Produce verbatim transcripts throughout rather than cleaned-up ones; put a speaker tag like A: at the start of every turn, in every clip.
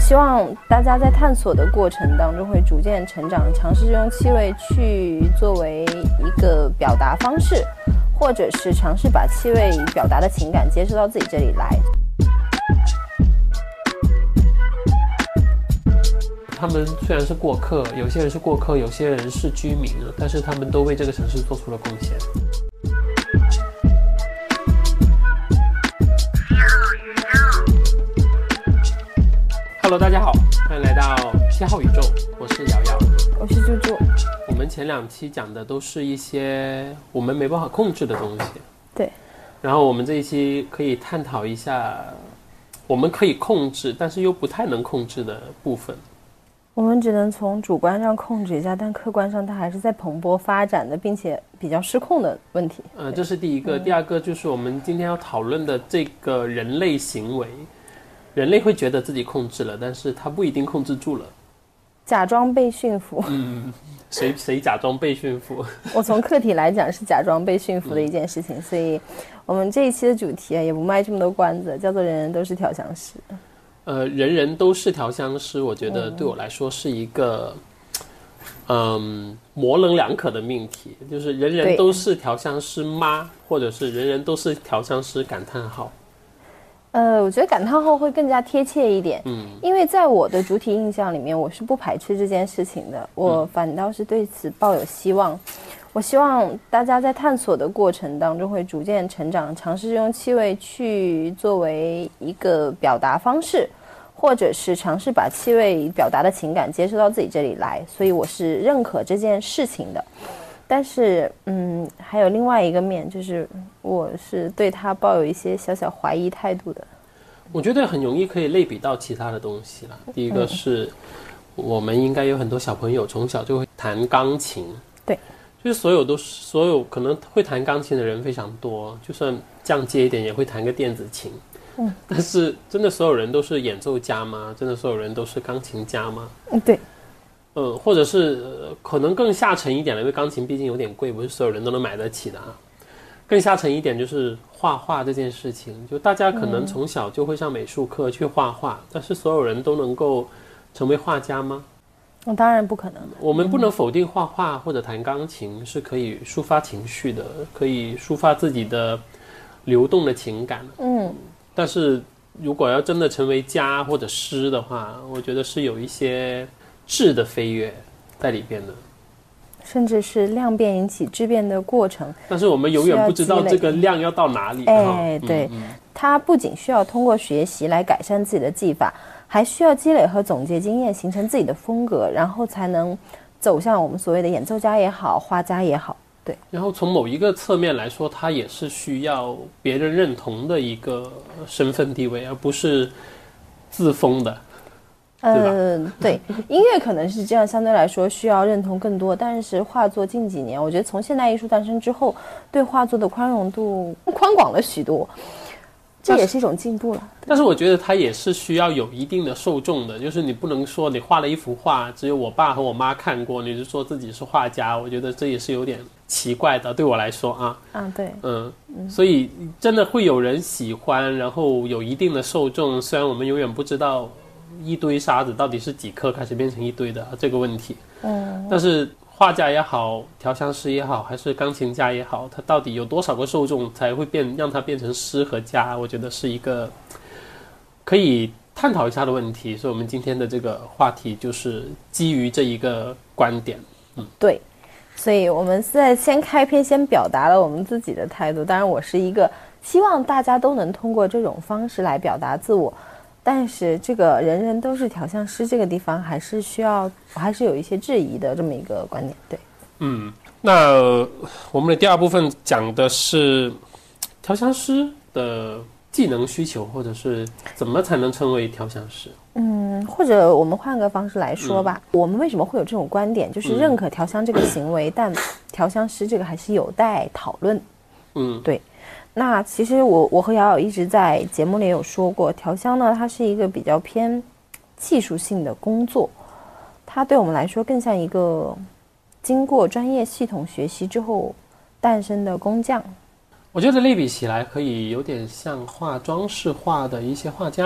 A: 希望大家在探索的过程当中会逐渐成长，尝试用气味去作为一个表达方式，或者是尝试把气味表达的情感接收到自己这里来。
B: 他们虽然是过客，有些人是过客，有些人是居民，但是他们都为这个城市做出了贡献。Hello， 大家好，欢迎来到七号宇宙，我是瑶瑶，
A: 我是猪猪。
B: 我们前两期讲的都是一些我们没办法控制的东西，
A: 对。
B: 然后我们这一期可以探讨一下我们可以控制，但是又不太能控制的部分。
A: 我们只能从主观上控制一下，但客观上它还是在蓬勃发展的，并且比较失控的问题。
B: 呃，这是第一个。嗯、第二个就是我们今天要讨论的这个人类行为。人类会觉得自己控制了，但是他不一定控制住了，
A: 假装被驯服。
B: 嗯，谁谁假装被驯服？
A: 我从客体来讲是假装被驯服的一件事情，嗯、所以我们这一期的主题啊，也不卖这么多关子，叫做人人都是调香师。
B: 呃，人人都是调香师，我觉得对我来说是一个，嗯，模棱两可的命题，就是人人都是调香师吗？或者是人人都是调香师？感叹号。
A: 呃，我觉得感叹号会更加贴切一点，嗯，因为在我的主体印象里面，我是不排斥这件事情的，我反倒是对此抱有希望。我希望大家在探索的过程当中会逐渐成长，尝试用气味去作为一个表达方式，或者是尝试把气味表达的情感接收到自己这里来，所以我是认可这件事情的。但是，嗯，还有另外一个面，就是我是对他抱有一些小小怀疑态度的。
B: 我觉得很容易可以类比到其他的东西啦。第一个是，我们应该有很多小朋友从小就会弹钢琴，
A: 对，
B: 就是所有都是所有可能会弹钢琴的人非常多，就算降阶一点也会弹个电子琴。嗯，但是真的所有人都是演奏家吗？真的所有人都是钢琴家吗？
A: 嗯，对。
B: 呃，或者是、呃、可能更下沉一点的，因为钢琴毕竟有点贵，不是所有人都能买得起的啊。更下沉一点就是画画这件事情，就大家可能从小就会上美术课去画画，嗯、但是所有人都能够成为画家吗？
A: 嗯，当然不可能。
B: 我们不能否定画画或者弹钢琴是可以抒发情绪的，可以抒发自己的流动的情感。嗯，但是如果要真的成为家或者师的话，我觉得是有一些质的飞跃在里边的，
A: 甚至是量变引起质变的过程。
B: 但是我们永远不知道这个量要到哪里。
A: 哎，对、嗯嗯，它不仅需要通过学习来改善自己的技法，还需要积累和总结经验，形成自己的风格，然后才能走向我们所谓的演奏家也好，画家也好。对。然
B: 后从某一个侧面来说，它也是需要别人认同的一个身份地位，而不是自封的。
A: 嗯，对，音乐可能是这样，相对来说需要认同更多，但是画作近几年，我觉得从现代艺术诞生之后，对画作的宽容度宽广了许多，这也是一种进步了。
B: 但是我觉得它也是需要有一定的受众的，就是你不能说你画了一幅画，只有我爸和我妈看过，你就说自己是画家，我觉得这也是有点奇怪的，对我来说啊。
A: 啊，对，
B: 嗯，嗯所以真的会有人喜欢，然后有一定的受众，虽然我们永远不知道一堆沙子到底是几颗开始变成一堆的这个问题，嗯，但是画家也好，调香师也好，还是钢琴家也好，他到底有多少个受众才会变让他变成师和家，我觉得是一个可以探讨一下的问题。所以我们今天的这个话题就是基于这一个观点。嗯，
A: 对，所以我们在先开篇先表达了我们自己的态度，当然我是一个希望大家都能通过这种方式来表达自我，但是这个人人都是调香师这个地方还是需要，我还是有一些质疑的这么一个观点。对，
B: 嗯，那我们的第二部分讲的是调香师的技能需求，或者是怎么才能称为调香师。
A: 嗯，或者我们换个方式来说吧，嗯、我们为什么会有这种观点，就是认可调香这个行为，嗯、但调香师这个还是有待讨论。嗯，对。那其实我我和瑶瑶一直在节目里有说过，调香呢，它是一个比较偏技术性的工作，它对我们来说更像一个经过专业系统学习之后诞生的工匠。
B: 我觉得类比起来可以有点像画装饰画的一些画家。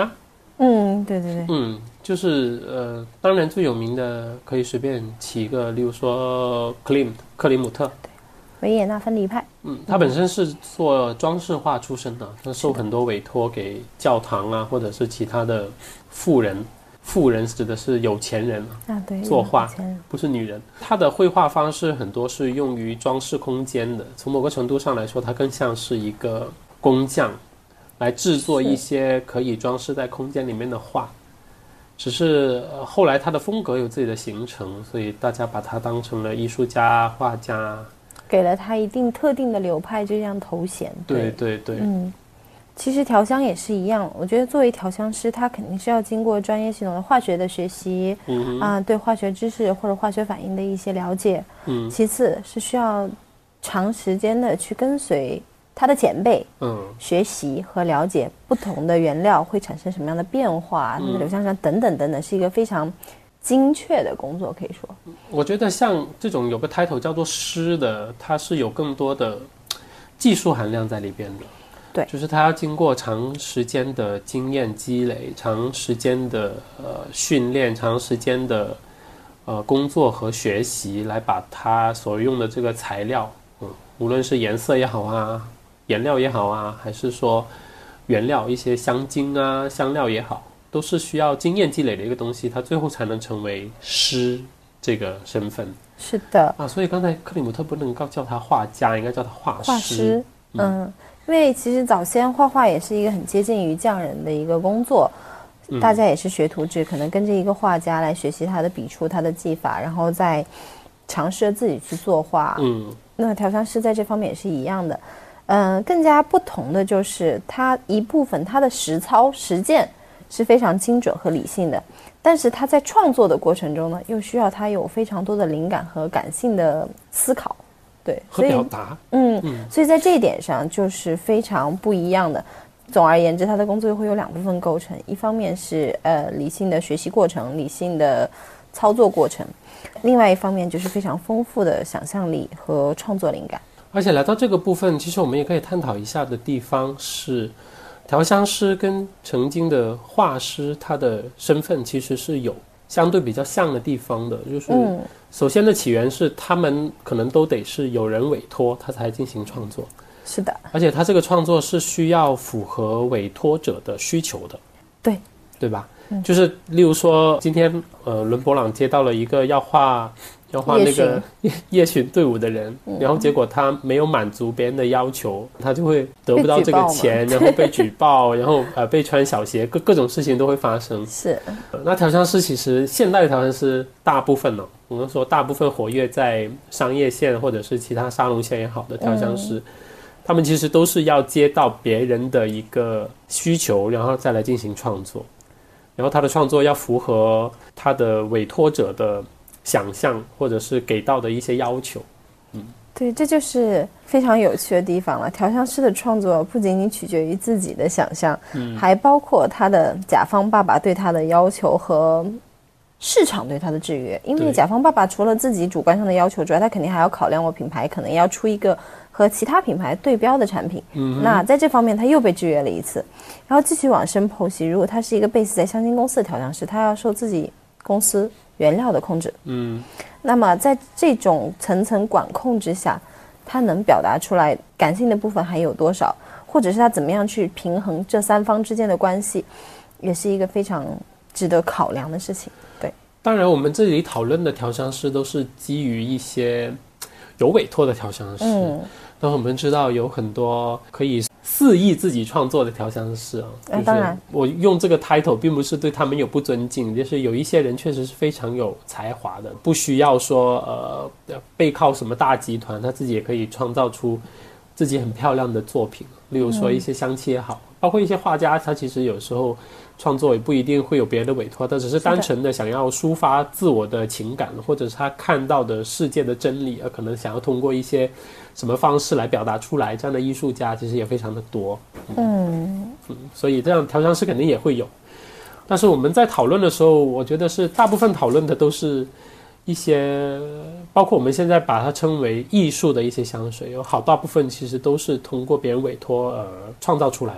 A: 嗯，对对对，
B: 嗯，就是呃，当然最有名的可以随便起一个，例如说克里姆克里姆特，
A: 对，维也纳分离派。
B: 嗯，他本身是做装饰画出身的，他受很多委托给教堂啊，或者是其他的富人。富人指的是有钱人
A: 啊，对，
B: 作画不是女人。他的绘画方式很多是用于装饰空间的，从某个程度上来说，他更像是一个工匠，来制作一些可以装饰在空间里面的画。只是、呃、后来他的风格有自己的形成，所以大家把他当成了艺术家、画家，
A: 给了他一定特定的流派这样头衔。
B: 对对对，
A: 嗯。其实调香也是一样，我觉得作为调香师，他肯定是要经过专业系统的化学的学习，嗯啊、呃，对化学知识或者化学反应的一些了解。嗯，其次是需要长时间的去跟随他的前辈，嗯，学习和了解不同的原料会产生什么样的变化，它的流向上等等等等，是一个非常精确的工作，可以说。
B: 我觉得像这种有个 title 叫做师的，它是有更多的技术含量在里边的。
A: 对，
B: 就是他要经过长时间的经验积累，长时间的呃训练，长时间的呃工作和学习，来把他所用的这个材料，嗯，无论是颜色也好啊，颜料也好啊，还是说原料一些香精啊、香料也好，都是需要经验积累的一个东西，他最后才能成为师这个身份。
A: 是的
B: 啊，所以刚才克里姆特不能够叫他画家，应该叫他画师。
A: 画师，嗯。嗯，因为其实早先画画也是一个很接近于匠人的一个工作，大家也是学徒制，可能跟着一个画家来学习他的笔触、他的技法，然后再尝试自己去作画。嗯，那调香师在这方面也是一样的。嗯、呃，更加不同的就是他一部分他的实操实践是非常精准和理性的，但是他在创作的过程中呢，又需要他有非常多的灵感和感性的思考。对，
B: 和表达，
A: 嗯嗯，所以在这一点上就是非常不一样的。总而言之，他的工作会有两部分构成，一方面是呃理性的学习过程、理性的操作过程，另外一方面就是非常丰富的想象力和创作灵感。
B: 而且来到这个部分，其实我们也可以探讨一下的地方是，调香师跟曾经的画师他的身份其实是有相对比较像的地方的，就是首先的起源是他们可能都得是有人委托他才进行创作，
A: 是的，
B: 而且他这个创作是需要符合委托者的需求的，
A: 对
B: 对吧？嗯、就是例如说今天呃伦勃朗接到了一个要画要画那个夜巡队伍的人、嗯、然后结果他没有满足别人的要求，他就会得不到这个钱，然后被举报然后呃被穿小鞋，各各种事情都会发生。
A: 是、
B: 呃、那调香师其实现代的调香师大部分呢、哦，我们说大部分活跃在商业线或者是其他沙龙线也好的调香师、嗯、他们其实都是要接到别人的一个需求，然后再来进行创作，然后他的创作要符合他的委托者的想象或者是给到的一些要求。嗯，
A: 对，这就是非常有趣的地方了。调香师的创作不仅仅取决于自己的想象、嗯、还包括他的甲方爸爸对他的要求和市场对他的制约。因为甲方爸爸除了自己主观上的要求之外，他肯定还要考量我品牌可能要出一个和其他品牌对标的产品、嗯、那在这方面他又被制约了一次。然后继续往深剖析，如果他是一个 base 在香精公司的调香师，他要受自己公司原料的控制，嗯，那么在这种层层管控之下，他能表达出来感性的部分还有多少，或者是他怎么样去平衡这三方之间的关系，也是一个非常值得考量的事情。对，
B: 当然我们这里讨论的调香师都是基于一些有委托的调香师，嗯，那我们知道有很多可以肆意自己创作的调香师啊，
A: 呃、当然
B: 我用这个 title 并不是对他们有不尊敬，就是有一些人确实是非常有才华的，不需要说呃背靠什么大集团，他自己也可以创造出自己很漂亮的作品。例如说一些香气也好、嗯、包括一些画家，他其实有时候创作也不一定会有别人的委托，他只是单纯的想要抒发自我的情感，或者是他看到的世界的真理，可能想要通过一些什么方式来表达出来，这样的艺术家其实也非常的多。 嗯, 嗯所以这样调香师肯定也会有，但是我们在讨论的时候，我觉得是大部分讨论的都是一些包括我们现在把它称为艺术的一些香水，有好大部分其实都是通过别人委托而创造出来的。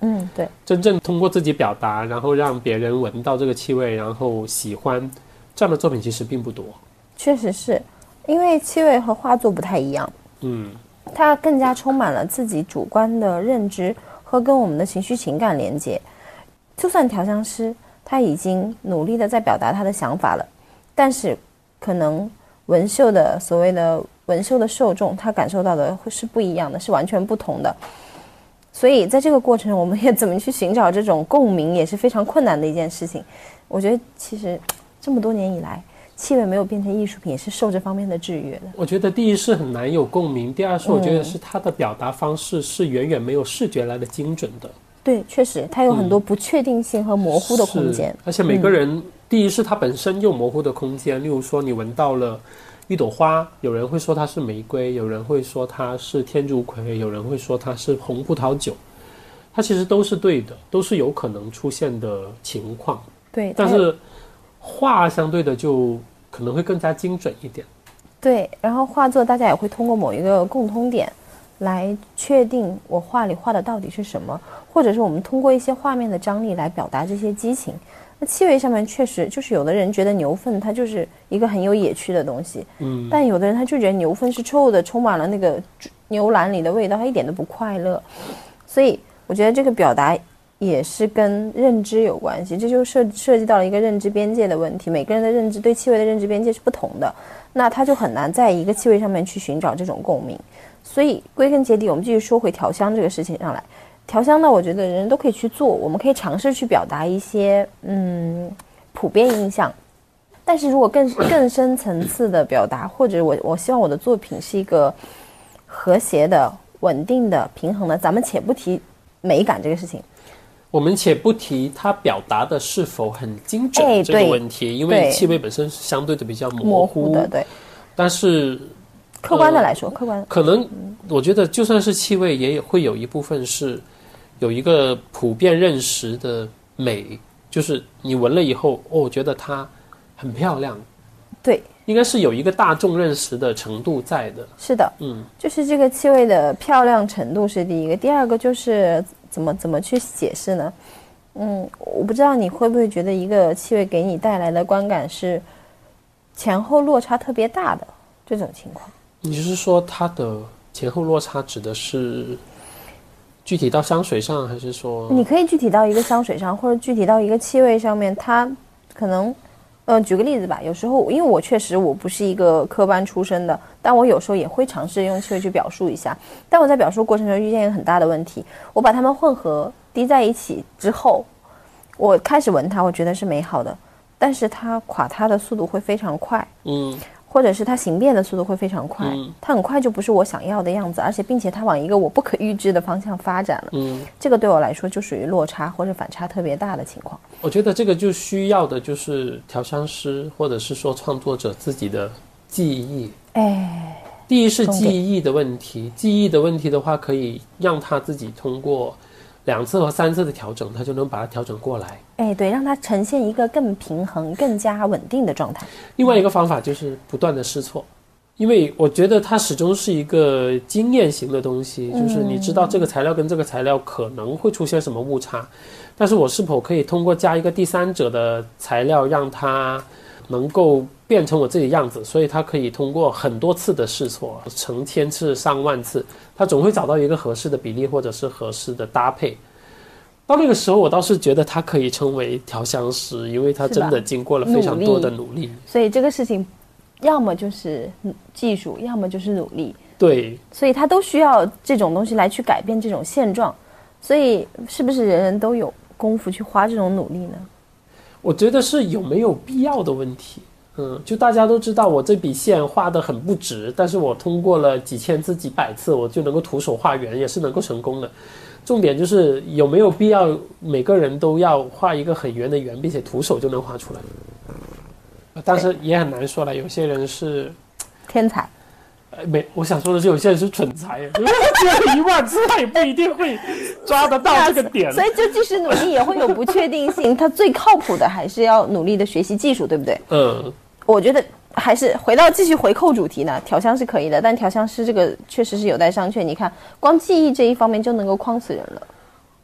A: 嗯，对，
B: 真正通过自己表达，然后让别人闻到这个气味，然后喜欢，这样的作品其实并不多。
A: 确实是，因为气味和画作不太一样，
B: 嗯，
A: 它更加充满了自己主观的认知和跟我们的情绪情感连接。就算调香师他已经努力的在表达他的想法了，但是可能纹绣的所谓的纹绣的受众，他感受到的会是不一样的，是完全不同的。所以在这个过程，我们也怎么去寻找这种共鸣，也是非常困难的一件事情。我觉得其实这么多年以来，气味没有变成艺术品，也是受这方面的制约的。
B: 我觉得第一是很难有共鸣，第二是我觉得是它的表达方式是远远没有视觉来的精准的。
A: 对，确实它有很多不确定性和模糊的空间、嗯、
B: 而且每个人、嗯、第一是它本身有模糊的空间，例如说你闻到了一朵花，有人会说它是玫瑰，有人会说它是天竺葵，有人会说它是红葡萄酒，它其实都是对的，都是有可能出现的情况。
A: 对，
B: 但是画相对的就可能会更加精准一点。
A: 对，然后画作大家也会通过某一个共通点来确定我画里画的到底是什么，或者是我们通过一些画面的张力来表达这些激情。那气味上面确实就是有的人觉得牛粪它就是一个很有野趣的东西，嗯，但有的人他就觉得牛粪是臭的，充满了那个牛栏里的味道，他一点都不快乐。所以我觉得这个表达也是跟认知有关系，这就涉涉及到了一个认知边界的问题。每个人的认知对气味的认知边界是不同的，那他就很难在一个气味上面去寻找这种共鸣。所以归根结底，我们继续说回调香这个事情上来。调香呢，我觉得人人都可以去做，我们可以尝试去表达一些嗯普遍印象。但是如果更更深层次的表达，或者我我希望我的作品是一个和谐的、稳定的、平衡的，咱们且不提美感这个事情，
B: 我们且不提它表达的是否很精准这个问题，哎、因为气味本身是相对的比较模糊，
A: 模糊的，对。
B: 但是
A: 客观的来说，呃、客观
B: 可能我觉得就算是气味，也会有一部分是有一个普遍认识的美，就是你闻了以后，哦，我觉得它很漂亮。
A: 对，
B: 应该是有一个大众认识的程度在的。
A: 是的，
B: 嗯，
A: 就是这个气味的漂亮程度是第一个，第二个就是怎么怎么去解释呢？嗯，我不知道你会不会觉得一个气味给你带来的观感是前后落差特别大的这种情况。
B: 你是说它的前后落差指的是具体到香水上，还是说
A: 你可以具体到一个香水上，或者具体到一个气味上面，它可能呃，举个例子吧，有时候因为我确实我不是一个科班出身的，但我有时候也会尝试用气味去表述一下，但我在表述过程中遇见一个很大的问题，我把它们混合滴在一起之后，我开始闻它，我觉得是美好的，但是它垮塌的速度会非常快，嗯，或者是它形变的速度会非常快，嗯，它很快就不是我想要的样子，而且并且它往一个我不可预知的方向发展了，嗯，这个对我来说就属于落差或者反差特别大的情况。
B: 我觉得这个就需要的就是调香师或者是说创作者自己的记忆。
A: 哎，
B: 第一是记忆的问题，记忆的问题的话，可以让他自己通过两次和三次的调整，他就能把它调整过来。
A: 哎，对，让它呈现一个更平衡、更加稳定的状态。
B: 另外一个方法就是不断的试错，因为我觉得它始终是一个经验型的东西，就是你知道这个材料跟这个材料可能会出现什么误差，但是我是否可以通过加一个第三者的材料让它能够变成我自己的样子，所以它可以通过很多次的试错，成千次上万次，它总会找到一个合适的比例或者是合适的搭配。到那个时候我倒是觉得它可以称为调香师，因为它真的经过了非常多的努力。
A: 所以这个事情要么就是技术，要么就是努力。
B: 对，
A: 所以它都需要这种东西来去改变这种现状。所以是不是人人都有功夫去花这种努力呢？
B: 我觉得是有没有必要的问题。嗯，就大家都知道我这笔线画得很不直，但是我通过了几千次几百次我就能够徒手画圆，也是能够成功的。重点就是有没有必要每个人都要画一个很圆的圆，并且徒手就能画出来。但是也很难说了，有些人是
A: 天才，
B: 呃，没，我想说的是有些人是蠢材，只有一万次他也不一定会抓得到这个点。
A: 所以就即使努力也会有不确定性，他最靠谱的还是要努力的学习技术，对不对？嗯，我觉得还是回到继续回扣主题呢，调香是可以的，但调香师这个确实是有待商榷。你看，光记忆这一方面就能够框死人了。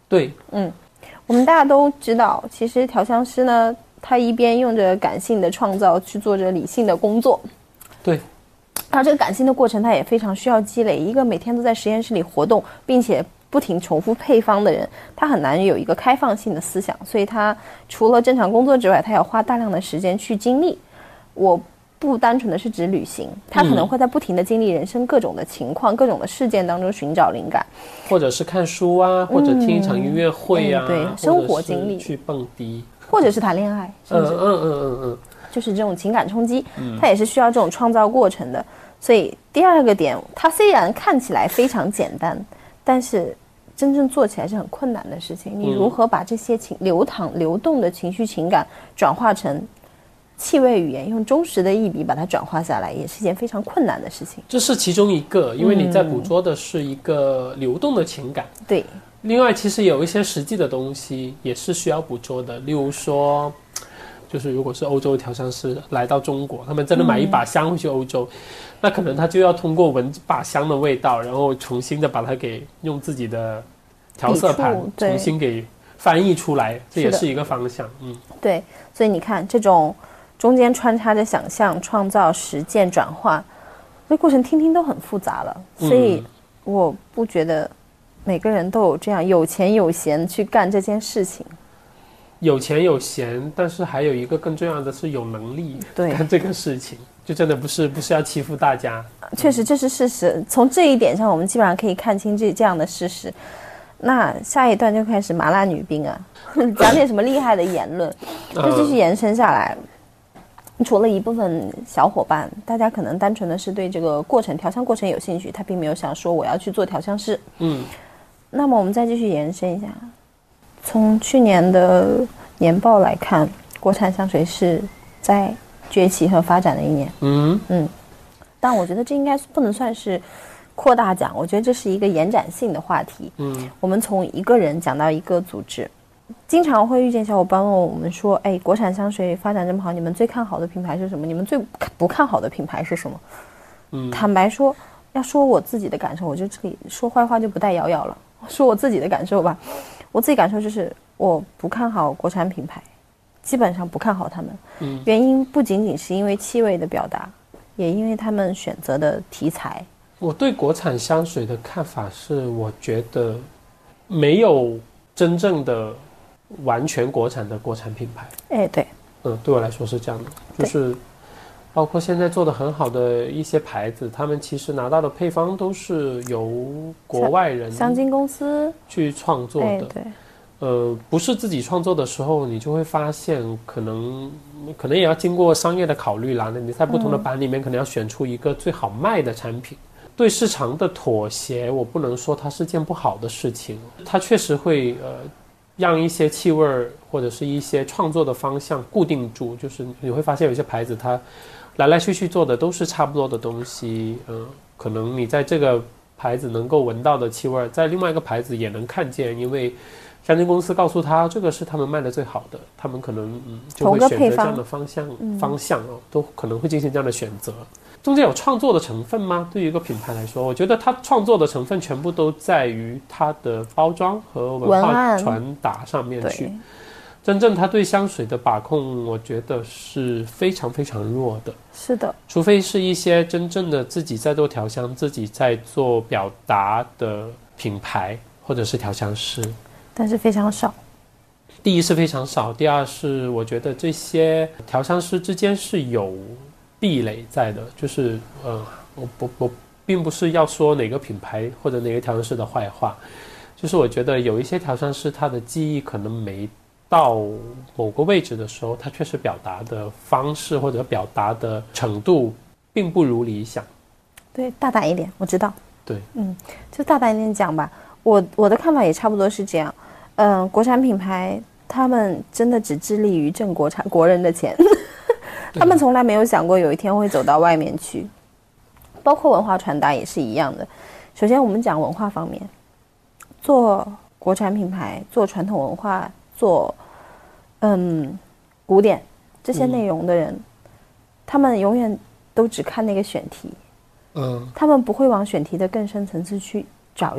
B: 对，
A: 嗯，我们大家都知道，其实调香师呢，他一边用着感性的创造去做着理性的工作。
B: 对。
A: 而这个感性的过程，它也非常需要积累。一个每天都在实验室里活动，并且不停重复配方的人，他很难有一个开放性的思想。所以他除了正常工作之外，他要花大量的时间去经历。我不单纯的是指旅行，他可能会在不停的经历人生各种的情况、嗯、各种的事件当中寻找灵感，
B: 或者是看书啊，或者听一场音乐会啊，
A: 嗯、对，生活经历，
B: 去蹦迪，
A: 或者是谈恋爱，甚至
B: 嗯嗯嗯嗯嗯，
A: 就是这种情感冲击，它也是需要这种创造过程的。所以第二个点，它虽然看起来非常简单，但是真正做起来是很困难的事情。你如何把这些情流淌流动的情绪情感转化成气味语言，用忠实的一笔把它转化下来，也是一件非常困难的事情。
B: 这是其中一个，因为你在捕捉的是一个流动的情感。
A: 嗯、对。
B: 另外，其实有一些实际的东西也是需要捕捉的，例如说。就是如果是欧洲调香师来到中国，他们真的买一把香回去欧洲、嗯、那可能他就要通过闻把香的味道，然后重新的把它给用自己的调色盘重新给翻译出来，这也是一个方向。嗯，
A: 对，所以你看这种中间穿插着想象、创造、实践、转化，这过程听听都很复杂了。所以我不觉得每个人都有这样有钱有闲去干这件事情。
B: 有钱有闲，但是还有一个更重要的是有能力干这个事情，就真的不是不是要欺负大家。
A: 确实这是事实，从这一点上我们基本上可以看清这这样的事实。那下一段就开始麻辣女兵啊，讲点什么厉害的言论，就继续延伸下来。除了一部分小伙伴，大家可能单纯的是对这个过程调香过程有兴趣，他并没有想说我要去做调香师。嗯，那么我们再继续延伸一下。从去年的年报来看，国产香水是在崛起和发展的一年。嗯嗯，但我觉得这应该不能算是扩大讲，我觉得这是一个延展性的话题。嗯，我们从一个人讲到一个组织，经常会遇见小伙伴问我们说：“哎，国产香水发展这么好，你们最看好的品牌是什么？你们最不看好的品牌是什么？”嗯，坦白说，要说我自己的感受，我就这里说坏话就不带摇摇了。说我自己的感受吧。我自己感受就是我不看好国产品牌，基本上不看好他们、嗯、原因不仅仅是因为气味的表达，也因为他们选择的题材。
B: 我对国产香水的看法是，我觉得没有真正的完全国产的国产品牌。
A: 哎，对，
B: 嗯，对我来说是这样的，就是包括现在做的很好的一些牌子，他们其实拿到的配方都是由国外人
A: 香精公司
B: 去创作的。哎、
A: 对，
B: 呃，不是自己创作的时候，你就会发现可能可能也要经过商业的考虑啦。你在不同的版里面，可能要选出一个最好卖的产品。嗯、对市场的妥协，我不能说它是件不好的事情，它确实会呃让一些气味或者是一些创作的方向固定住。就是你会发现有些牌子它来来去去做的都是差不多的东西，嗯、呃，可能你在这个牌子能够闻到的气味，在另外一个牌子也能看见，因为香精公司告诉他这个是他们卖的最好的，他们可能嗯就会选择这样的方向方向哦，都可能会进行这样的选择。中间有创作的成分吗？对于一个品牌来说，我觉得它创作的成分全部都在于它的包装和文化传达上面去。真正他对香水的把控，我觉得是非常非常弱的。
A: 是的，
B: 除非是一些真正的自己在做调香、自己在做表达的品牌或者是调香师，
A: 但是非常少。
B: 第一是非常少，第二是我觉得这些调香师之间是有壁垒在的，就是呃，我我我并不是要说哪个品牌或者哪个调香师的坏话，就是我觉得有一些调香师他的技艺可能没到某个位置的时候，他确实表达的方式或者表达的程度并不如理想。
A: 对，大胆一点，我知道。
B: 对，
A: 嗯，就大胆一点讲吧。我我的看法也差不多是这样。嗯、呃，国产品牌他们真的只致力于挣国产国人的钱，他们从来没有想过有一天会走到外面去。包括文化传达也是一样的。首先，我们讲文化方面，做国产品牌、做传统文化、做嗯古典这些内容的人、嗯，他们永远都只看那个选题，嗯，他们不会往选题的更深层次去找一找。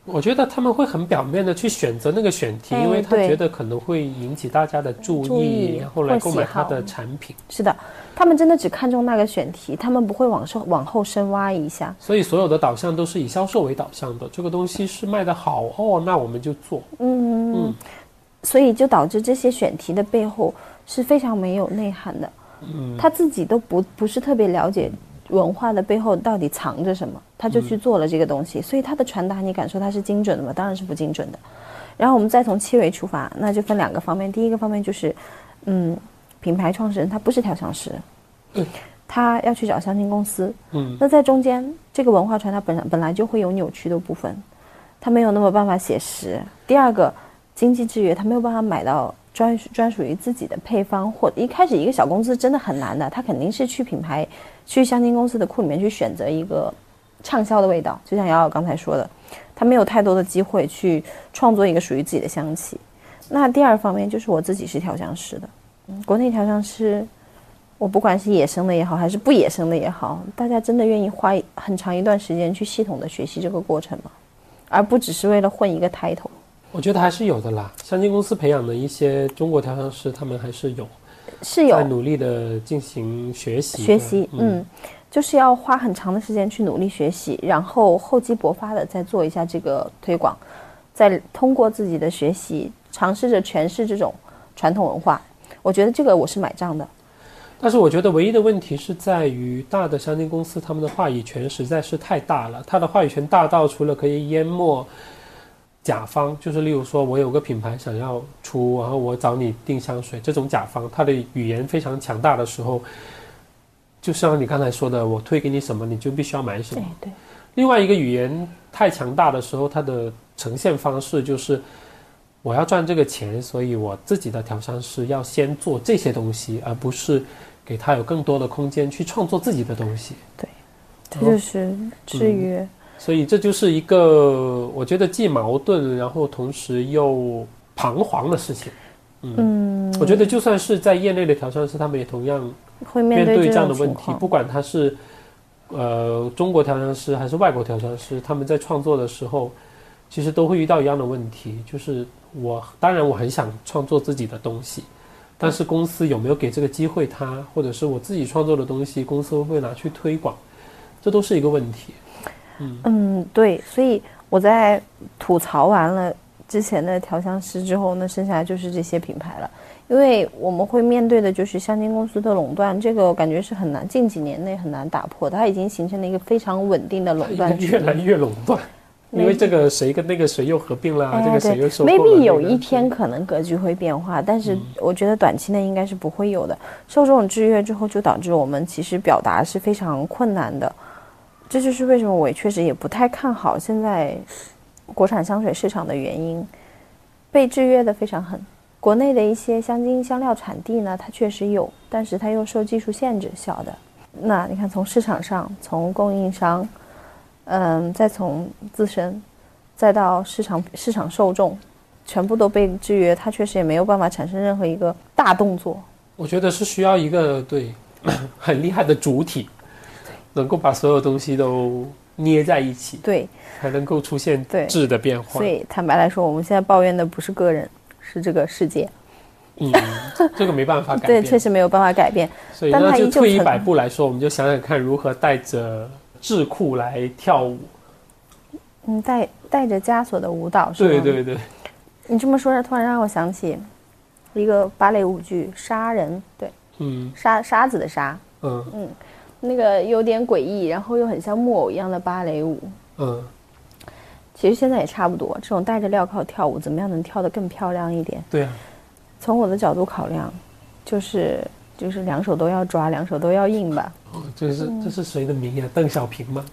B: 我觉得他们会很表面的去选择那个选题，
A: 哎、
B: 因为他觉得可能会引起大家的注意，
A: 注意
B: 然后来购买他的产品。
A: 是的，他们真的只看重那个选题，他们不会往后往后深挖一下。
B: 所以所有的导向都是以销售为导向的，这个东西是卖得好哦，那我们就做。
A: 嗯嗯，所以就导致这些选题的背后是非常没有内涵的。嗯，他自己都不不是特别了解文化的背后到底藏着什么，他就去做了这个东西，嗯、所以他的传达你敢说他是精准的吗？当然是不精准的。然后我们再从七维出发，那就分两个方面。第一个方面就是，嗯，品牌创始人他不是调香师，嗯，他要去找香精公司，嗯，那在中间这个文化传达本本来就会有扭曲的部分，他没有那么办法写实。第二个，经济制约，他没有办法买到专专属于自己的配方，或一开始一个小公司真的很难的，他肯定是去品牌。去香精公司的库里面去选择一个畅销的味道，就像瑶瑶刚才说的，他没有太多的机会去创作一个属于自己的香气。那第二方面就是我自己是调香师的，嗯、国内调香师，我不管是野生的也好，还是不野生的也好，大家真的愿意花很长一段时间去系统的学习这个过程吗？而不只是为了混一个 title。
B: 我觉得还是有的啦，香精公司培养的一些中国调香师，他们还是有。
A: 是有
B: 在努力的进行学习，
A: 学习，嗯，嗯，就是要花很长的时间去努力学习，然后厚积薄发的再做一下这个推广，再通过自己的学习尝试着诠释这种传统文化。我觉得这个我是买账的。
B: 但是我觉得唯一的问题是在于大的香精公司他们的话语权实在是太大了，他的话语权大到除了可以淹没甲方，就是例如说我有个品牌想要出，然后我找你订香水，这种甲方他的语言非常强大的时候，就像你刚才说的，我推给你什么你就必须要买什么。
A: 对对。
B: 另外一个语言太强大的时候，它的呈现方式就是我要赚这个钱，所以我自己的调香师要先做这些东西，而不是给他有更多的空间去创作自己的东西。
A: 对，这就是制约。嗯，
B: 所以这就是一个我觉得既矛盾然后同时又彷徨的事情。 嗯, 嗯我觉得就算是在业内的调香师他们也同样
A: 会面对
B: 这样的问题，不管他是呃中国调香师还是外国调香师，他们在创作的时候其实都会遇到一样的问题，就是我当然我很想创作自己的东西，但是公司有没有给这个机会他，或者是我自己创作的东西公司会不会拿去推广，这都是一个问题。嗯,
A: 嗯，对，所以我在吐槽完了之前的调香师之后呢，剩下的就是这些品牌了，因为我们会面对的就是香精公司的垄断，这个我感觉是很难，近几年内很难打破的，它已经形成了一个非常稳定的垄断，
B: 越来越垄断，因为这个谁跟那个谁又合并了，哎、这个谁又收购了、
A: 那個、maybe 有一天可能格局会变化，但是我觉得短期内应该是不会有的。受这种制约之后，就导致我们其实表达是非常困难的。这就是为什么我确实也不太看好现在国产香水市场的原因，被制约的非常狠。国内的一些香精香料产地呢，它确实有，但是它又受技术限制，小的。那你看，从市场上，从供应商，嗯，再从自身，再到市场市场受众，全部都被制约，它确实也没有办法产生任何一个大动作。
B: 我觉得是需要一个对很厉害的主体。能够把所有东西都捏在一起，
A: 对，
B: 才能够出现质的变化。
A: 所以坦白来说，我们现在抱怨的不是个人，是这个世界。
B: 嗯，这个没办法改变。
A: 对，确实没有办法改变。
B: 所以那就退一百步来说，我们就想想看，如何带着智库来跳舞。
A: 嗯，带带着枷锁的舞蹈是吗？
B: 对对对。
A: 你这么说，突然让我想起一个芭蕾舞剧《杀人》，对，
B: 嗯，
A: 沙沙子的沙，
B: 嗯
A: 嗯。那个有点诡异，然后又很像木偶一样的芭蕾舞。
B: 嗯，
A: 其实现在也差不多，这种戴着镣铐跳舞，怎么样能跳得更漂亮一点？
B: 对啊。
A: 从我的角度考量，就是就是两手都要抓，两手都要硬吧。
B: 哦，这是、嗯、这是谁的名呀？邓小平吗？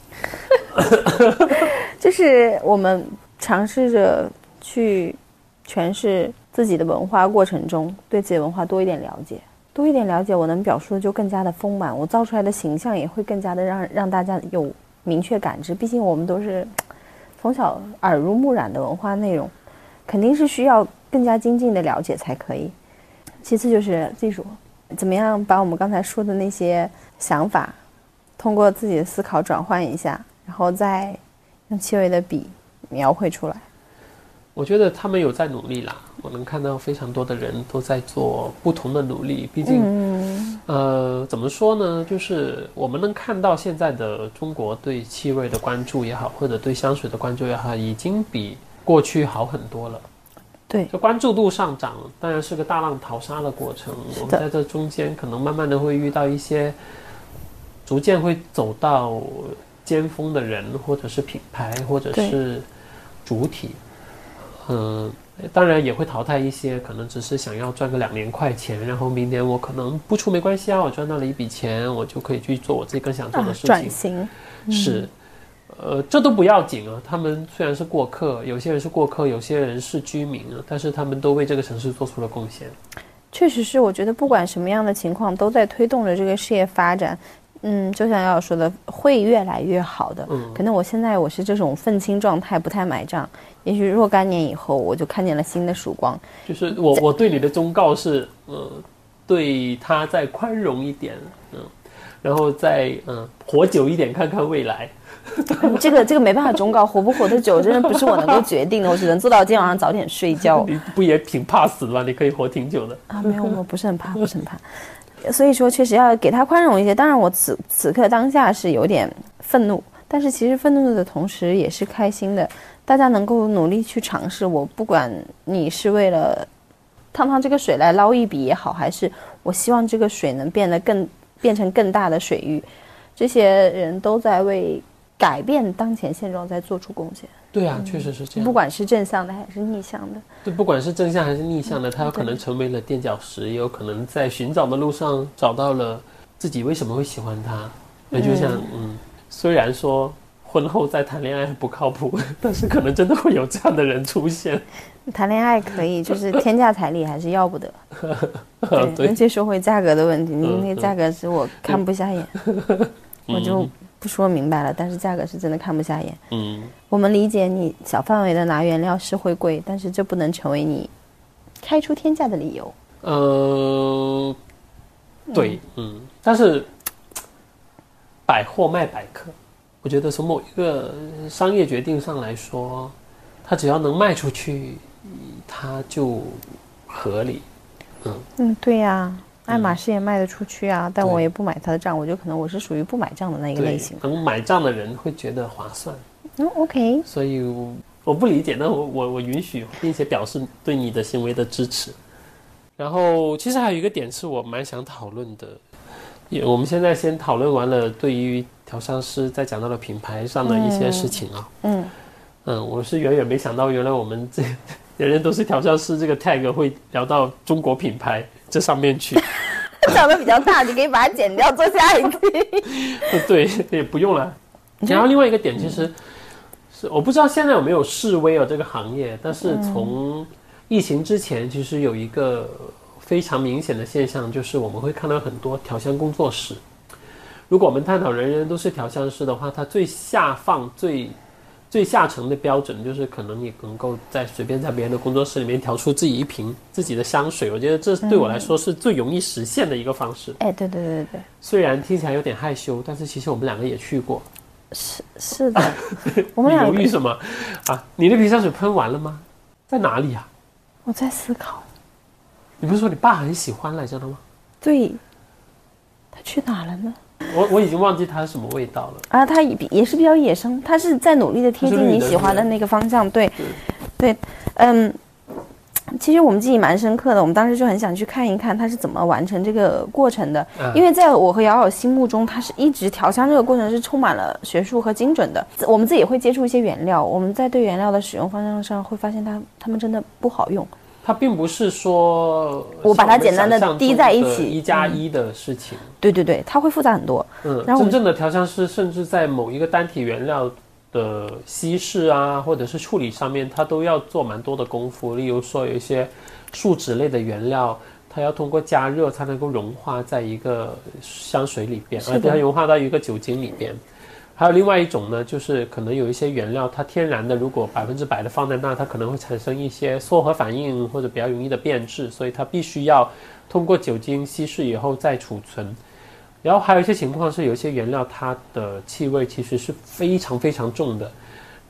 A: 就是我们尝试着去诠释自己的文化过程中，对自己的文化多一点了解。多一点了解，我能表述的就更加的丰满，我造出来的形象也会更加的让让大家有明确感知。毕竟我们都是从小耳濡目染的文化内容，肯定是需要更加精进的了解才可以。其次就是技术，怎么样把我们刚才说的那些想法，通过自己的思考转换一下，然后再用七维的笔描绘出来？
B: 我觉得他们有在努力啦，我能看到非常多的人都在做不同的努力。毕竟，嗯、呃，怎么说呢？就是我们能看到现在的中国对气味的关注也好，或者对香水的关注也好，已经比过去好很多了。
A: 对，
B: 就关注度上涨，当然是个大浪淘沙的过程。我们在这中间可能慢慢的会遇到一些，逐渐会走到尖峰的人，或者是品牌，或者是主体。嗯，当然也会淘汰一些可能只是想要赚个两年块钱，然后明年我可能不出没关系啊，我赚到了一笔钱，我就可以去做我自己更想做的事情。
A: 啊、转型、
B: 嗯、是，呃，这都不要紧啊。他们虽然是过客，有些人是过客，有些人是居民啊，但是他们都为这个城市做出了贡献。
A: 确实是，我觉得不管什么样的情况，都在推动着这个事业发展。嗯，就像瑶瑶说的，会越来越好的。嗯，可能我现在我是这种愤青状态，不太买账。也许若干年以后，我就看见了新的曙光。
B: 就是我我对你的忠告是，呃，对他再宽容一点，嗯，然后再嗯活久一点，看看未来。
A: 这个这个没办法忠告，活不活得久，真的不是我能够决定的。我只能做到今天晚上早点睡觉。
B: 你不也挺怕死的吗？你可以活挺久的。
A: 啊，没有，我不是很怕，不是很怕。所以说确实要给他宽容一些。当然我此此刻当下是有点愤怒，但是其实愤怒的同时也是开心的。大家能够努力去尝试，我不管你是为了趟趟这个水来捞一笔也好，还是我希望这个水能变得更变成更大的水域，这些人都在为改变当前现状在做出贡献。
B: 对啊，嗯、确实是这样。
A: 不管是正向的还是逆向的，
B: 对，不管是正向还是逆向的，他有可能成为了垫脚石，也有可能在寻找的路上找到了自己为什么会喜欢他。也就像，嗯，嗯虽然说婚后再谈恋爱不靠谱，但是可能真的会有这样的人出现。
A: 谈恋爱可以，就是天价彩礼还是要不得。对，而且说回价格的问题，你那个价格是我看不下眼，嗯、我就。不说明白了，但是价格是真的看不下眼。嗯，我们理解你小范围的拿原料是会贵，但是这不能成为你开出天价的理由。
B: 呃，对，嗯，但是百货卖百客，我觉得从某一个商业决定上来说，它只要能卖出去，它就合理。嗯
A: 嗯，对呀、啊。爱马仕也卖得出去啊，但我也不买他的账，我就可能我是属于不买账的那个类型。
B: 可能买账的人会觉得划算。
A: 嗯 ，OK。
B: 所以我我不理解，那我我我允许，并且表示对你的行为的支持。然后其实还有一个点是我蛮想讨论的，也我们现在先讨论完了对于调香师在讲到了品牌上的一些事情啊。嗯 嗯, 嗯，我是远远没想到，原来我们这人人都是调香师这个 tag 会聊到中国品牌这上面去。
A: 讲的比较大，你可以把它剪掉做下一期。
B: 对，也不用了。然后另外一个点其实是我不知道现在有没有示威啊这个行业，但是从疫情之前其实有一个非常明显的现象，就是我们会看到很多调香工作室。如果我们探讨人人都是调香师的话，它最下放最最下层的标准就是可能你能够在随便在别人的工作室里面调出自己一瓶自己的香水，我觉得这对我来说是最容易实现的一个方式。
A: 哎、嗯，对对对对，
B: 虽然听起来有点害羞，但是其实我们两个也去过。
A: 是是的，我们两个。
B: 你犹豫什么啊？你那瓶香水喷完了吗？在哪里啊？
A: 我在思考。
B: 你不是说你爸很喜欢来着的吗？
A: 对，他去哪了呢？
B: 我我已经忘记它是什么味道了
A: 啊，它也也是比较野生，它是在努力的贴近你喜欢的那个方向，对，对，嗯，其实我们记忆蛮深刻的，我们当时就很想去看一看它是怎么完成这个过程的，嗯、因为在我和瑶瑶心目中，它是一直调香这个过程是充满了学术和精准的。我们自己也会接触一些原料，我们在对原料的使用方向上会发现它它们真的不好用。
B: 它并不是说
A: 我把它简单的滴在一起
B: 一加一的事情、嗯，
A: 对对对，它会复杂很多。
B: 嗯，然后真正的调香师甚至在某一个单体原料的稀释啊，或者是处理上面，它都要做蛮多的功夫。例如说有一些树脂类的原料，它要通过加热才能够融化在一个香水里边，而且它融化到一个酒精里边。还有另外一种呢，就是可能有一些原料它天然的如果百分之百的放在那，它可能会产生一些缩合反应或者比较容易的变质，所以它必须要通过酒精稀释以后再储存。然后还有一些情况是有一些原料它的气味其实是非常非常重的，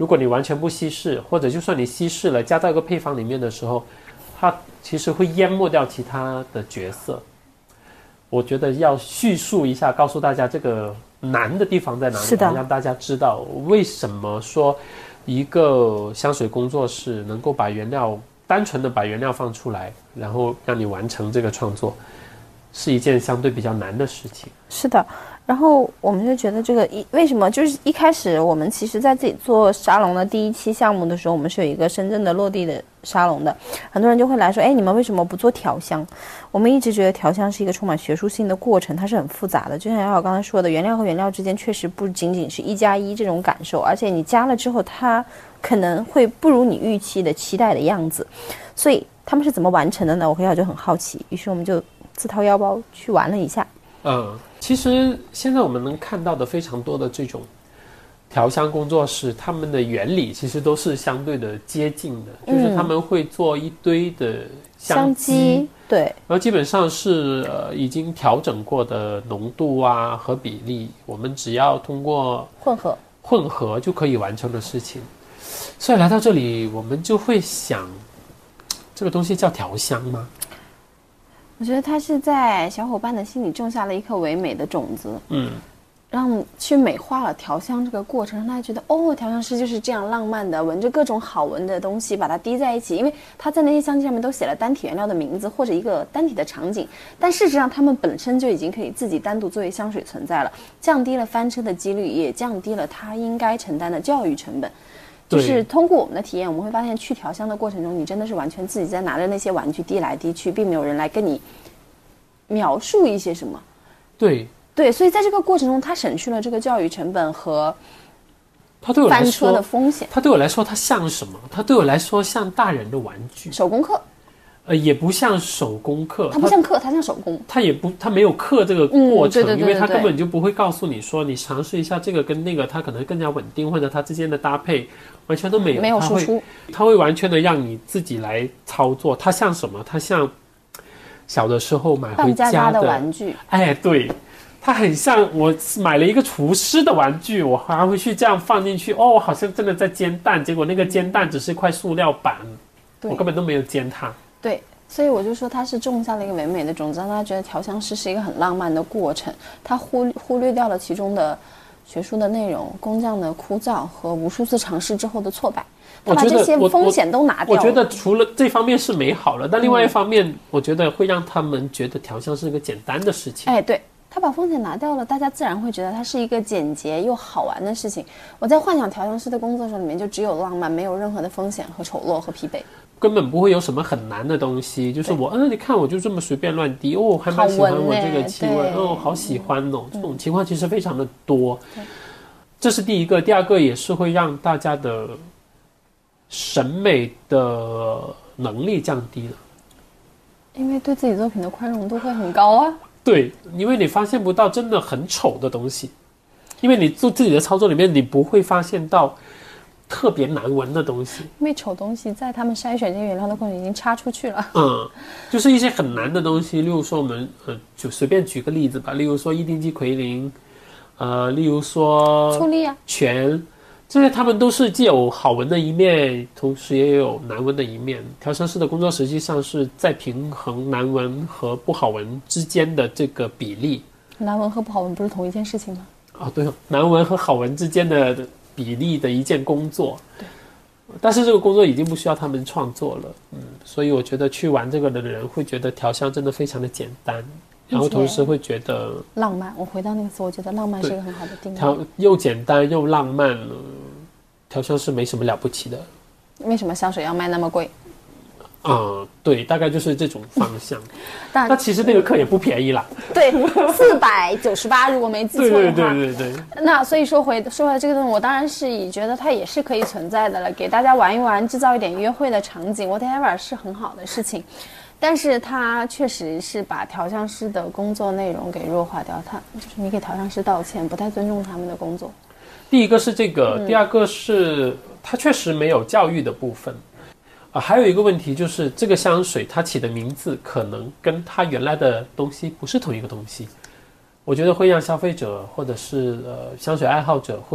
B: 如果你完全不稀释，或者就算你稀释了加到一个配方里面的时候，它其实会淹没掉其他的角色。我觉得要叙述一下，告诉大家这个难的地方在哪里，让大家知道为什么说一个香水工作室能够把原料单纯的把原料放出来，然后让你完成这个创作，是一件相对比较难的事情。
A: 是的，然后我们就觉得这个一为什么就是一开始我们其实在自己做沙龙的第一期项目的时候，我们是有一个深圳的落地的沙龙的，很多人就会来说，哎，你们为什么不做调香？我们一直觉得调香是一个充满学术性的过程，它是很复杂的，就像瑶瑶刚才说的，原料和原料之间确实不仅仅是一加一这种感受，而且你加了之后它可能会不如你预期的期待的样子，所以他们是怎么完成的呢？我和瑶就很好奇，于是我们就自掏腰包去玩了一下。
B: 嗯，其实现在我们能看到的非常多的这种调香工作室，他们的原理其实都是相对的接近的，嗯、就是他们会做一堆的香基，
A: 对，
B: 然后基本上是呃已经调整过的浓度啊和比例，我们只要通过
A: 混合
B: 混合就可以完成的事情。所以来到这里，我们就会想，这个东西叫调香吗？
A: 我觉得它是在小伙伴的心里种下了一颗唯美的种子，嗯，让去美化了调香这个过程，让大家觉得哦，调香师就是这样浪漫的，闻着各种好闻的东西，把它滴在一起，因为它在那些香气上面都写了单体原料的名字或者一个单体的场景，但事实上它们本身就已经可以自己单独作为香水存在了，降低了翻车的几率，也降低了它应该承担的教育成本。就是通过我们的体验，我们会发现去调香的过程中，你真的是完全自己在拿着那些玩具滴来滴去，并没有人来跟你描述一些什么。
B: 对
A: 对，所以在这个过程中，它省去了这个教育成本和翻车的风险。
B: 它对我来说，它像什么？它对我来说像大人的玩具，
A: 手工课。
B: 呃，也不像手工课，
A: 它不像课，它像手工。
B: 它也不，它没有课这个过程，
A: 嗯、对对对对对，
B: 因为它根本就不会告诉你说，你尝试一下这个跟那个，它可能更加稳定，或者它之间的搭配完全都没有，
A: 没有输出，
B: 它会完全的让你自己来操作。它像什么？它像小的时候买回家
A: 的, 的玩具，
B: 哎，对。它很像我买了一个厨师的玩具，我还会去这样放进去，哦，我好像真的在煎蛋，结果那个煎蛋只是一块塑料板，我根本都没有煎它。
A: 对，所以我就说它是种下了一个唯美的种子，让大家觉得调香师是一个很浪漫的过程。它忽忽略掉了其中的学术的内容、工匠的枯燥和无数次尝试之后的挫败。他把这些风险都拿掉了。
B: 我觉得除了这方面是美好了，但另外一方面，嗯、我觉得会让他们觉得调香是一个简单的事情。
A: 哎，对。他把风险拿掉了，大家自然会觉得它是一个简洁又好玩的事情。我在幻想调香师的工作室里面，就只有浪漫，没有任何的风险和丑陋和疲惫，
B: 根本不会有什么很难的东西。就是我，嗯，你看我就这么随便乱滴，哦，还蛮喜欢我这个气味，哦，好喜欢哦。这种情况其实非常的多。这是第一个，第二个也是会让大家的审美的能力降低了，
A: 因为对自己作品的宽容度会很高啊。
B: 对，因为你发现不到真的很丑的东西，因为你做自己的操作里面，你不会发现到特别难闻的东西，
A: 因为丑东西在他们筛选这些原料的过程已经插出去了。
B: 嗯，就是一些很难的东西，例如说我们呃，就随便举个例子吧，例如说伊丁基奎林，呃，例如说
A: 醋栗啊，
B: 醛。这些他们都是既有好闻的一面，同时也有难闻的一面。调香师的工作实际上是在平衡难闻和不好闻之间的这个比例。
A: 难闻和不好闻不是同一件事情吗？
B: 哦，对，难闻和好闻之间的比例的一件工作。对，但是这个工作已经不需要他们创作了。嗯，所以我觉得去玩这个的人会觉得调香真的非常的简单。然后同时会觉得
A: 浪漫。我回到那个词，我觉得浪漫是一个很好的定义。
B: 调又简单又浪漫，调香是没什么了不起的。
A: 为什么香水要卖那么贵？
B: 嗯，对，大概就是这种方向。但那其实那个课也不便宜啦。
A: 对，四百九十八，如果没记错的话。
B: 对对对对对。
A: 那所以说回说回来这个东西，我当然是以觉得它也是可以存在的了，给大家玩一玩，制造一点约会的场景 ，whatever 是很好的事情。但是它确实是把调香师的工作内容给弱化掉，它就是你给调香师道歉，不太尊重他们的工作。
B: 第一个是这个，嗯、第二个是它确实没有教育的部分。啊，还有一个问题就是这个香水它起的名字可能跟它原来的东西不是同一个东西，我觉得会让消费者或者是呃香水爱好者会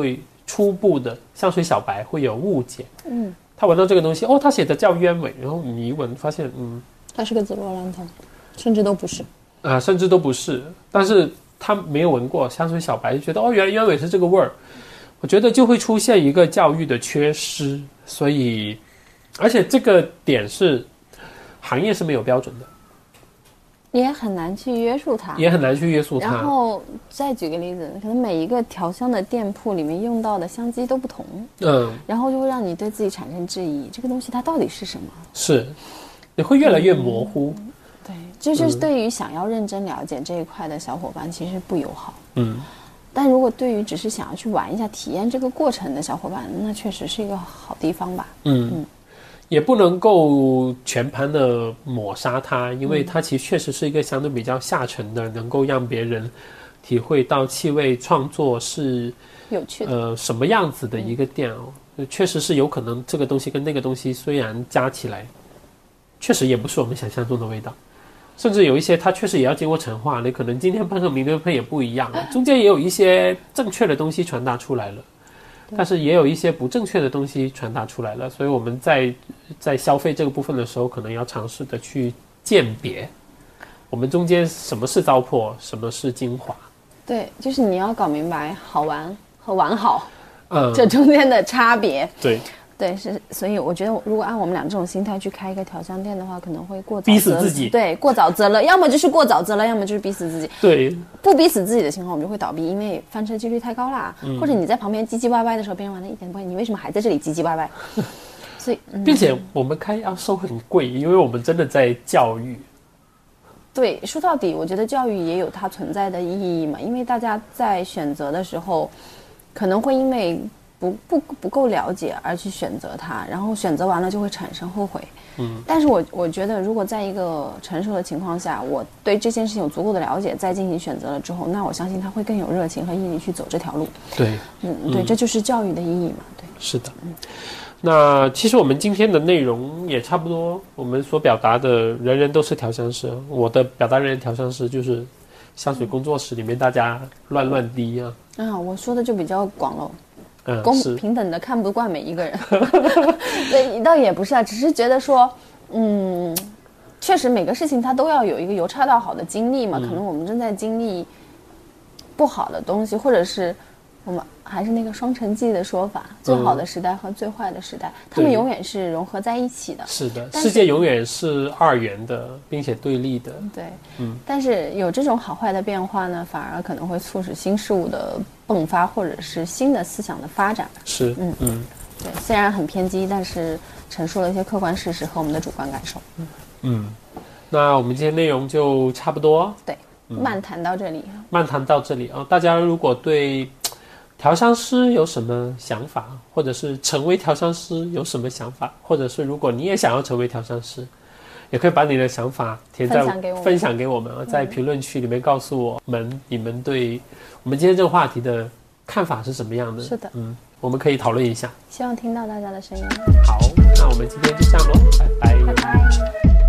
B: 初步的香水小白会有误解。嗯，他闻到这个东西，哦，他写的叫鸢尾，然后你一闻发现，嗯，
C: 它是个紫罗兰头，甚至都不是。
B: 啊，甚至都不是。但是他没有闻过香水小白，就觉得哦，原来鸢尾是这个味儿。我觉得就会出现一个教育的缺失，所以，而且这个点是行业是没有标准的。
A: 也很难去约束它，
B: 也很难去约束它。
A: 然后再举个例子，可能每一个调香的店铺里面用到的香基都不同，嗯，然后就会让你对自己产生质疑，这个东西它到底是什么？
B: 是，你会越来越模糊。
A: 嗯、对，这就是对于想要认真了解这一块的小伙伴其实不友好。嗯，但如果对于只是想要去玩一下、体验这个过程的小伙伴，那确实是一个好地方吧。嗯。嗯，
B: 也不能够全盘的抹杀它，因为它其实确实是一个相对比较下沉的，能够让别人体会到气味创作是
A: 有趣的
B: 呃什么样子的一个店哦。嗯、确实是有可能这个东西跟那个东西虽然加起来，确实也不是我们想象中的味道，甚至有一些它确实也要经过陈化，你可能今天喷和明天喷也不一样，中间也有一些正确的东西传达出来了。但是也有一些不正确的东西传达出来了，所以我们在在消费这个部分的时候，可能要尝试的去鉴别，我们中间什么是糟粕，什么是精华。
A: 对，就是你要搞明白好玩和玩好，嗯，这中间的差别。
B: 对。
A: 对，是，所以我觉得，如果按我们俩这种心态去开一个调香店的话，可能会过早
B: 逼死自己。
A: 对，过早择了，要么就是过早择了，要么就是逼死自己。
B: 对，
A: 不逼死自己的情况，我们就会倒闭，因为翻车几率太高啦。嗯、或者你在旁边唧唧歪歪的时候，别人玩的一点不会，你为什么还在这里唧唧歪歪？所以、嗯，
B: 并且我们开要收很贵，因为我们真的在教育。
A: 对，说到底，我觉得教育也有它存在的意义嘛，因为大家在选择的时候，可能会因为。不不不够了解而去选择它，然后选择完了就会产生后悔。嗯，但是我我觉得，如果在一个成熟的情况下，我对这件事情有足够的了解，再进行选择了之后，那我相信他会更有热情和毅力去走这条路。
B: 对，
A: 嗯，对，嗯、这就是教育的意义嘛。对，
B: 是的。嗯，那其实我们今天的内容也差不多，我们所表达的人人都是调香师，我的表达人人调香师就是香水工作室里面大家乱乱滴啊。
A: 啊，我说的就比较广喽。公平等的看不惯每一个人，对，倒也不是啊，只是觉得说，嗯，确实每个事情它都要有一个由差到好的经历嘛。嗯、可能我们正在经历不好的东西，或者是我们还是那个双城记的说法，最好的时代和最坏的时代，嗯、他们永远是融合在一起的。
B: 是的，世界永远是二元的，并且对立的。
A: 对，嗯，但是有这种好坏的变化呢，反而可能会促使新事物的迸发，或者是新的思想的发展。
B: 是，嗯嗯，
A: 对，虽然很偏激，但是陈述了一些客观事实和我们的主观感受。
B: 嗯嗯，那我们今天内容就差不多。
A: 对，嗯、漫谈到这里。
B: 漫谈到这里啊、哦，大家如果对调香师有什么想法，或者是成为调香师有什么想法，或者是如果你也想要成为调香师，也可以把你的想法填在
A: 分享给我们，
B: 分享给我们、嗯、在评论区里面告诉我们你们对我们今天这个话题的看法是什么样的。
A: 是的，
B: 嗯，我们可以讨论一下，
A: 希望听到大家的声音。
B: 好，那我们今天就这样咯，拜拜，
A: 拜拜。